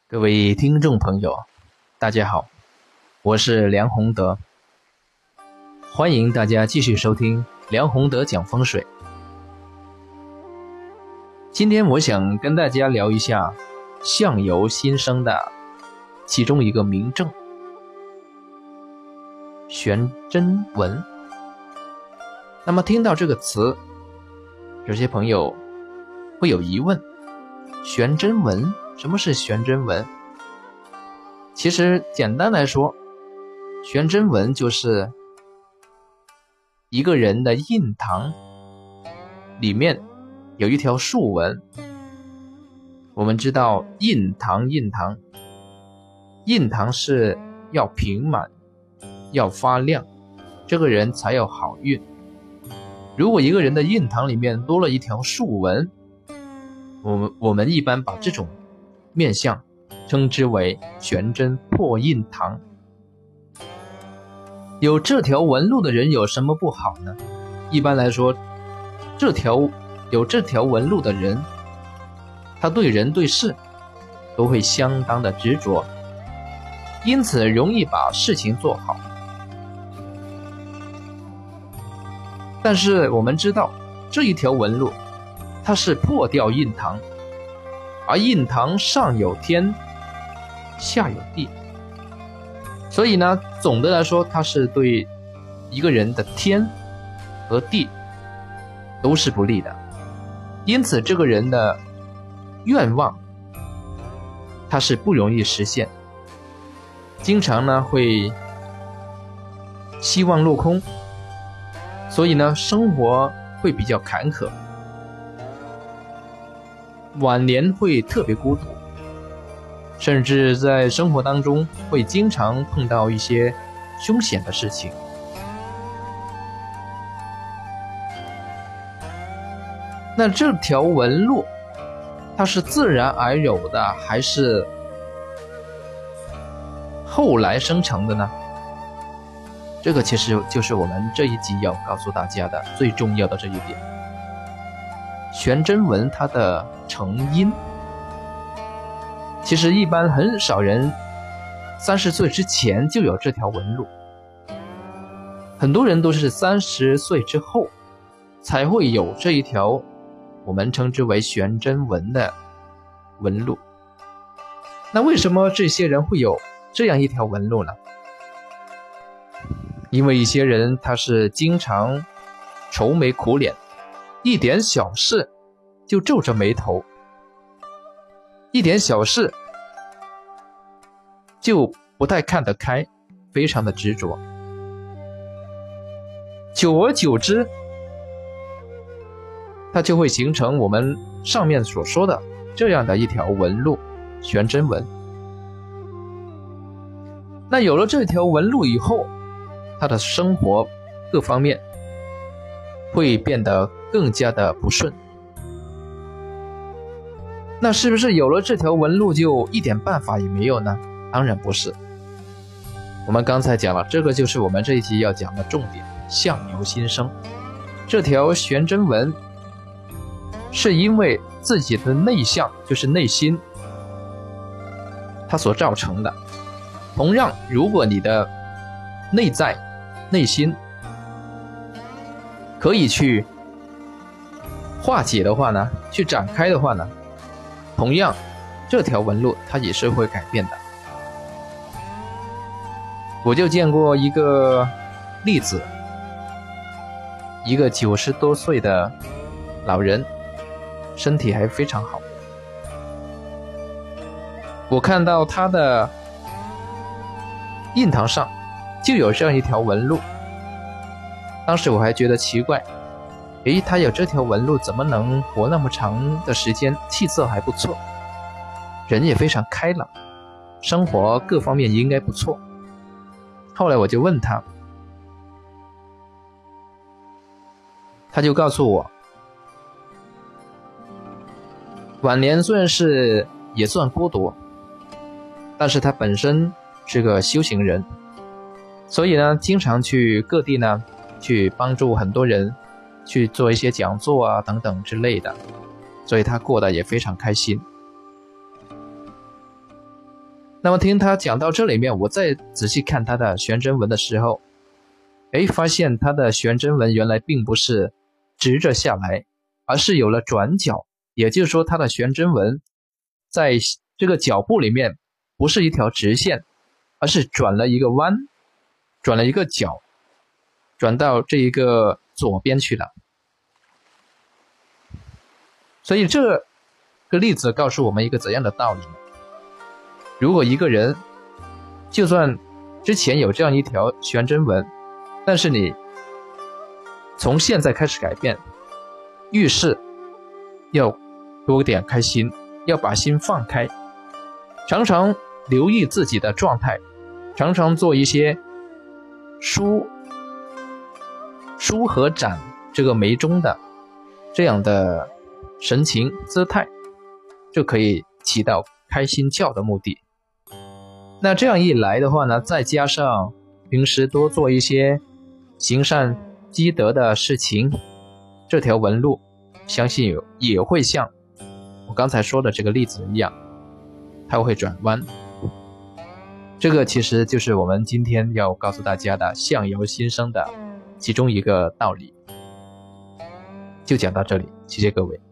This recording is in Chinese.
各位听众朋友，大家好，我是梁宏德，欢迎大家继续收听梁宏德讲风水。今天我想跟大家聊一下相由心生的其中一个名正悬针纹。那么听到这个词，有些朋友会有疑问，悬针纹，什么是悬针纹？其实简单来说，悬针纹就是一个人的印堂里面有一条竖纹。我们知道印堂是要平满，要发亮，这个人才有好运。如果一个人的印堂里面多了一条竖纹，我们一般把这种面相称之为悬针破印堂。有这条纹路的人有什么不好呢？一般来说，有这条纹路的人，他对人对事都会相当的执着，因此容易把事情做好。但是我们知道，这一条纹路它是破掉印堂，而印堂上有天下有地，所以呢，总的来说它是对一个人的天和地都是不利的。因此这个人的愿望它是不容易实现，经常呢会希望落空，所以呢生活会比较坎坷，晚年会特别孤独，甚至在生活当中会经常碰到一些凶险的事情。那这条纹路它是自然而有的，还是后来生成的呢？这个其实就是我们这一集要告诉大家的最重要的这一点。悬针纹它的成因，其实一般很少人30岁之前就有这条纹路，很多人都是30岁之后才会有这一条我们称之为悬针纹的纹路。那为什么这些人会有这样一条纹路呢？因为一些人他是经常愁眉苦脸，一点小事就皱着眉头，一点小事就不太看得开，非常的执着。久而久之，它就会形成我们上面所说的这样的一条纹路，悬针纹。那有了这条纹路以后，他的生活各方面会变得更加的不顺。那是不是有了这条纹路就一点办法也没有呢？当然不是。我们刚才讲了，这个就是我们这一集要讲的重点，相由心生。这条悬针纹是因为自己的内相，就是内心它所造成的。同样，如果你的内在内心可以去化解的话呢，去展开的话呢，同样这条纹路它也是会改变的。我就见过一个例子，一个90多岁的老人，身体还非常好，我看到他的印堂上就有这样一条纹路。当时我还觉得奇怪，他有这条纹路怎么能活那么长的时间，气色还不错，人也非常开朗，生活各方面应该不错。后来我就问他，他就告诉我，晚年虽然是也算孤独，但是他本身是个修行人，所以呢经常去各地呢去帮助很多人，去做一些讲座啊等等之类的，所以他过得也非常开心。 那么听他讲到这里面，我再仔细看他的悬针纹的时候，发现他的悬针纹原来并不是直着下来，而是有了转角，也就是说他的悬针纹在这个脚部里面不是一条直线，而是转了一个弯，转了一个角，转到这一个左边去了。所以这个例子告诉我们一个怎样的道理呢？如果一个人就算之前有这样一条悬针纹，但是你从现在开始改变，遇事要多点开心，要把心放开，常常留意自己的状态，常常做一些梳和展这个眉中的这样的神情姿态，就可以起到开心窍的目的。那这样一来的话呢，再加上平时多做一些行善积德的事情，这条纹路相信也会像我刚才说的这个例子一样，它会转弯。这个其实就是我们今天要告诉大家的相由心生的其中一个道理。就讲到这里，谢谢各位。